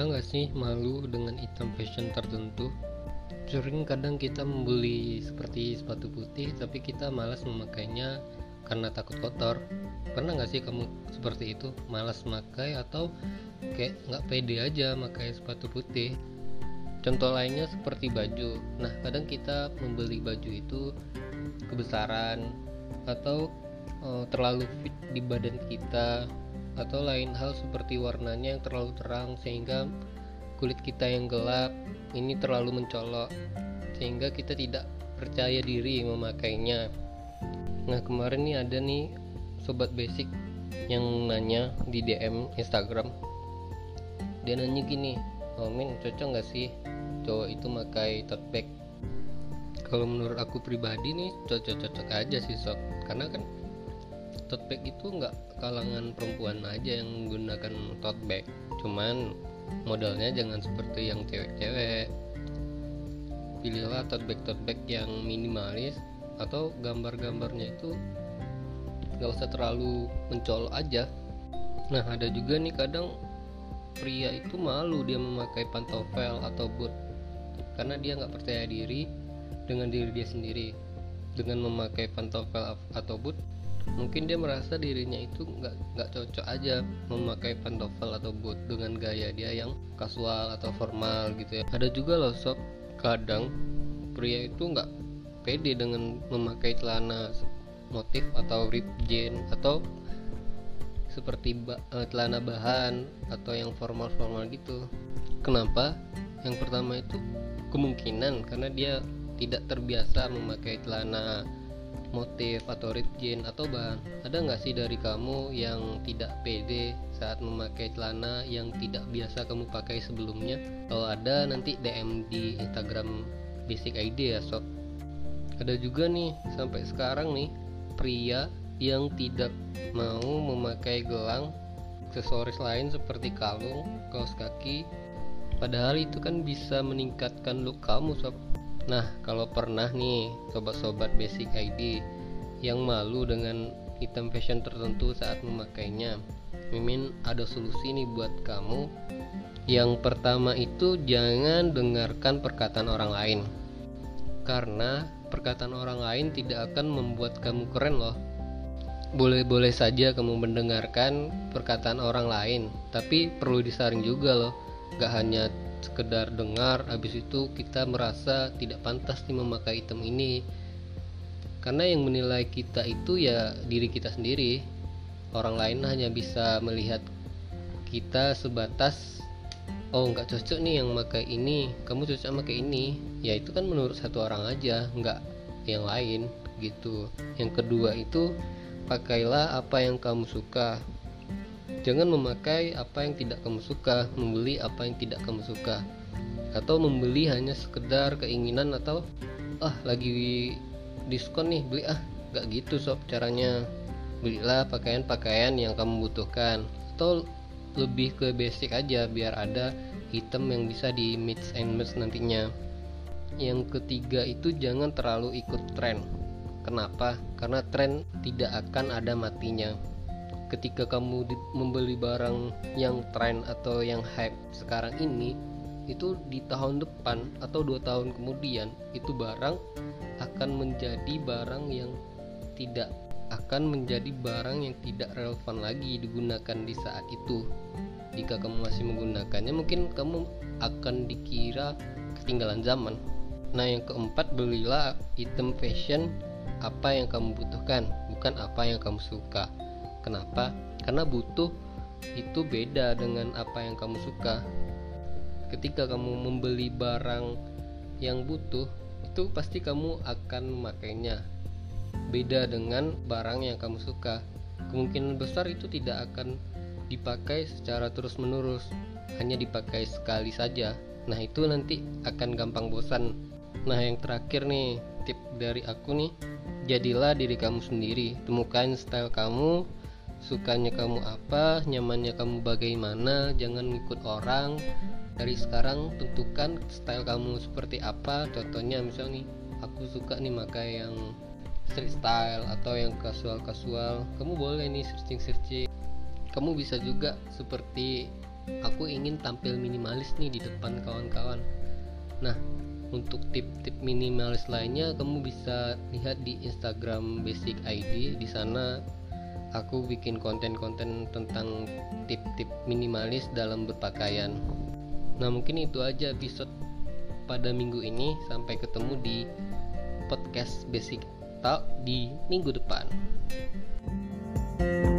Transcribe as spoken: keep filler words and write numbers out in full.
Pernah nggak sih malu dengan item fashion tertentu? Sering kadang kita membeli seperti sepatu putih, tapi kita malas memakainya karena takut kotor. Pernah nggak sih kamu seperti itu? Malas memakai atau kayak nggak pede aja pakai sepatu putih? Contoh lainnya seperti baju. Nah, kadang kita membeli baju itu kebesaran atau uh, terlalu fit di badan kita, atau lain hal seperti warnanya yang terlalu terang sehingga kulit kita yang gelap ini terlalu mencolok sehingga kita tidak percaya diri memakainya. Nah, kemarin nih ada nih sobat basic yang nanya di D M Instagram. Dia nanya gini, "Oh Min, cocok nggak sih cowok itu pakai tote bag?" Kalau menurut aku pribadi nih cocok-cocok aja sih sob, karena kan tote bag itu nggak kalangan perempuan aja yang menggunakan tote bag, cuman modelnya jangan seperti yang cewek-cewek. Pilihlah tote bag tote bag yang minimalis atau gambar-gambarnya itu nggak usah terlalu mencolok aja. Nah, ada juga nih kadang pria itu malu dia memakai pantofel atau boot karena dia nggak percaya diri dengan diri dia sendiri. Dengan memakai pantofel atau boot, mungkin dia merasa dirinya itu nggak nggak cocok aja memakai pantofel atau boot dengan gaya dia yang kasual atau formal gitu ya. Ada juga loh sob, kadang pria itu nggak pede dengan memakai celana motif atau rip jean atau seperti ba- celana bahan atau yang formal-formal gitu. Kenapa? Yang pertama itu kemungkinan karena dia tidak terbiasa memakai celana motif atau rip jean atau bahan. Ada nggak sih dari kamu yang tidak pede saat memakai celana yang tidak biasa kamu pakai sebelumnya? Kalau ada, nanti D M di Instagram Basic I D ya sob. Ada juga nih sampai sekarang nih pria yang tidak mau memakai gelang, aksesoris lain seperti kalung, kaos kaki, padahal itu kan bisa meningkatkan look kamu sob. Nah, kalau pernah nih sobat-sobat Basic I D yang malu dengan item fashion tertentu saat memakainya, Mimin ada solusi nih buat kamu. Yang pertama itu jangan dengarkan perkataan orang lain, karena perkataan orang lain tidak akan membuat kamu keren loh. Boleh-boleh saja kamu mendengarkan perkataan orang lain, tapi perlu disaring juga loh. Gak hanya sekedar dengar, habis itu kita merasa tidak pantas nih memakai item ini. Karena yang menilai kita itu ya diri kita sendiri. Orang lain hanya bisa melihat kita sebatas, oh nggak cocok nih yang pakai ini, kamu cocok pakai ini. Ya itu kan menurut satu orang aja, nggak yang lain gitu. Yang kedua itu pakailah apa yang kamu suka. Jangan memakai apa yang tidak kamu suka, membeli apa yang tidak kamu suka, atau membeli hanya sekedar keinginan atau ah lagi diskon nih beli ah. Gak gitu sob caranya. Belilah pakaian-pakaian yang kamu butuhkan, atau lebih ke basic aja biar ada item yang bisa di mix and match nantinya. Yang ketiga itu jangan terlalu ikut tren. Kenapa? Karena tren tidak akan ada matinya. Ketika kamu di, membeli barang yang tren atau yang hype sekarang ini, itu di tahun depan atau dua tahun kemudian itu barang akan menjadi barang yang tidak akan menjadi barang yang tidak relevan lagi digunakan di saat itu. Jika kamu masih menggunakannya, mungkin kamu akan dikira ketinggalan zaman. Nah, yang keempat, belilah item fashion apa yang kamu butuhkan, bukan apa yang kamu suka. Kenapa? Karena butuh itu beda dengan apa yang kamu suka. Ketika kamu membeli barang yang butuh, itu pasti kamu akan memakainya. Beda dengan barang yang kamu suka, kemungkinan besar itu tidak akan dipakai secara terus-menerus, hanya dipakai sekali saja. Nah, itu nanti akan gampang bosan. Nah, yang terakhir nih, tip dari aku nih, jadilah diri kamu sendiri. Temukan style kamu, sukanya kamu apa, nyamannya kamu bagaimana. Jangan ngikut orang. Dari sekarang tentukan style kamu seperti apa. Contohnya misalnya nih, aku suka nih pakai yang street style atau yang casual-casual. Kamu boleh nih searching-searching. Kamu bisa juga seperti aku ingin tampil minimalis nih di depan kawan-kawan. Nah, untuk tip-tip minimalis lainnya kamu bisa lihat di Instagram Basic I D. Di sana aku bikin konten-konten tentang tip-tip minimalis dalam berpakaian. Nah, mungkin itu aja episode pada minggu ini. Sampai ketemu di podcast Basic Talk di minggu depan.